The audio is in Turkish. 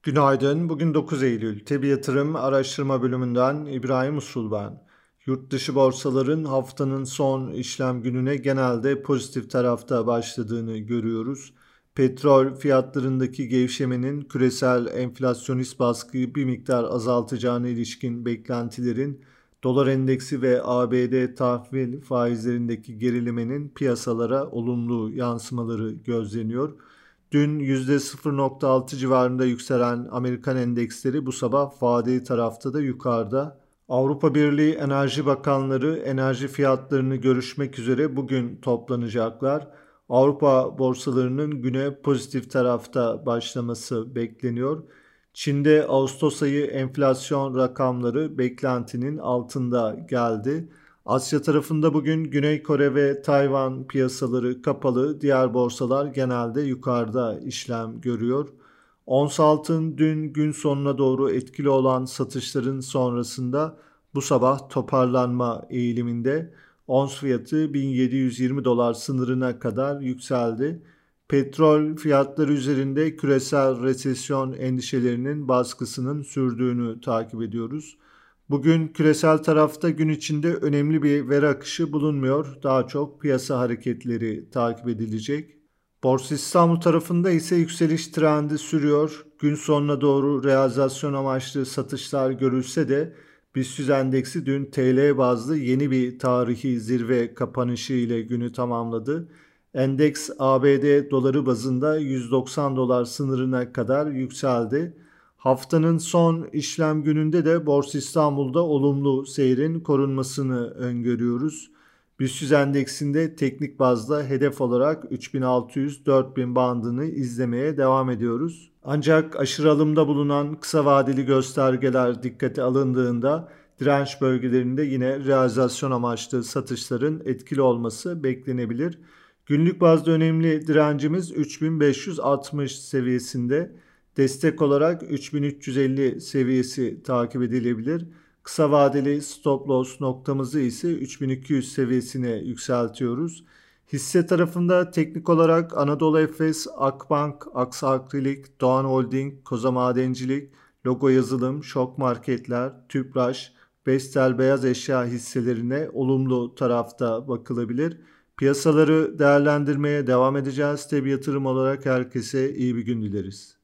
Günaydın. Bugün 9 Eylül. TEB Yatırım Araştırma Bölümünden İbrahim Usul ben. Yurt dışı borsaların haftanın son işlem gününe genelde pozitif tarafta başladığını görüyoruz. Petrol fiyatlarındaki gevşemenin küresel enflasyonist baskıyı bir miktar azaltacağına ilişkin beklentilerin, dolar endeksi ve ABD tahvil faizlerindeki gerilemenin piyasalara olumlu yansımaları gözleniyor. Dün %0,6 civarında yükselen Amerikan endeksleri bu sabah vadeli tarafta da yukarıda. Avrupa Birliği Enerji Bakanları enerji fiyatlarını görüşmek üzere bugün toplanacaklar. Avrupa borsalarının güne pozitif tarafta başlaması bekleniyor. Çin'de Ağustos ayı enflasyon rakamları beklentinin altında geldi. Asya tarafında bugün Güney Kore ve Tayvan piyasaları kapalı, diğer borsalar genelde yukarıda işlem görüyor. Ons altın dün gün sonuna doğru etkili olan satışların sonrasında bu sabah toparlanma eğiliminde. Ons fiyatı 1720 dolar sınırına kadar yükseldi. Petrol fiyatları üzerinde küresel resesyon endişelerinin baskısının sürdüğünü takip ediyoruz. Bugün küresel tarafta gün içinde önemli bir veri akışı bulunmuyor. Daha çok piyasa hareketleri takip edilecek. Borsa İstanbul tarafında ise yükseliş trendi sürüyor. Gün sonuna doğru realizasyon amaçlı satışlar görülse de BIST endeksi dün TL bazlı yeni bir tarihi zirve kapanışı ile günü tamamladı. Endeks ABD doları bazında 190 dolar sınırına kadar yükseldi. Haftanın son işlem gününde de Borsa İstanbul'da olumlu seyrin korunmasını öngörüyoruz. BIST endeksinde teknik bazda hedef olarak 3600-4000 bandını izlemeye devam ediyoruz. Ancak aşırı alımda bulunan kısa vadeli göstergeler dikkate alındığında direnç bölgelerinde yine realizasyon amaçlı satışların etkili olması beklenebilir. Günlük bazda önemli direncimiz 3560 seviyesinde. Destek olarak 3350 seviyesi takip edilebilir. Kısa vadeli stop loss noktamızı ise 3200 seviyesine yükseltiyoruz. Hisse tarafında teknik olarak Anadolu Efes, Akbank, Aksa Akrilik, Doğan Holding, Koza Madencilik, Logo Yazılım, Şok Marketler, Tüpraş, Vestel Beyaz Eşya hisselerine olumlu tarafta bakılabilir. Piyasaları değerlendirmeye devam edeceğiz. Tabi yatırım olarak herkese iyi bir gün dileriz.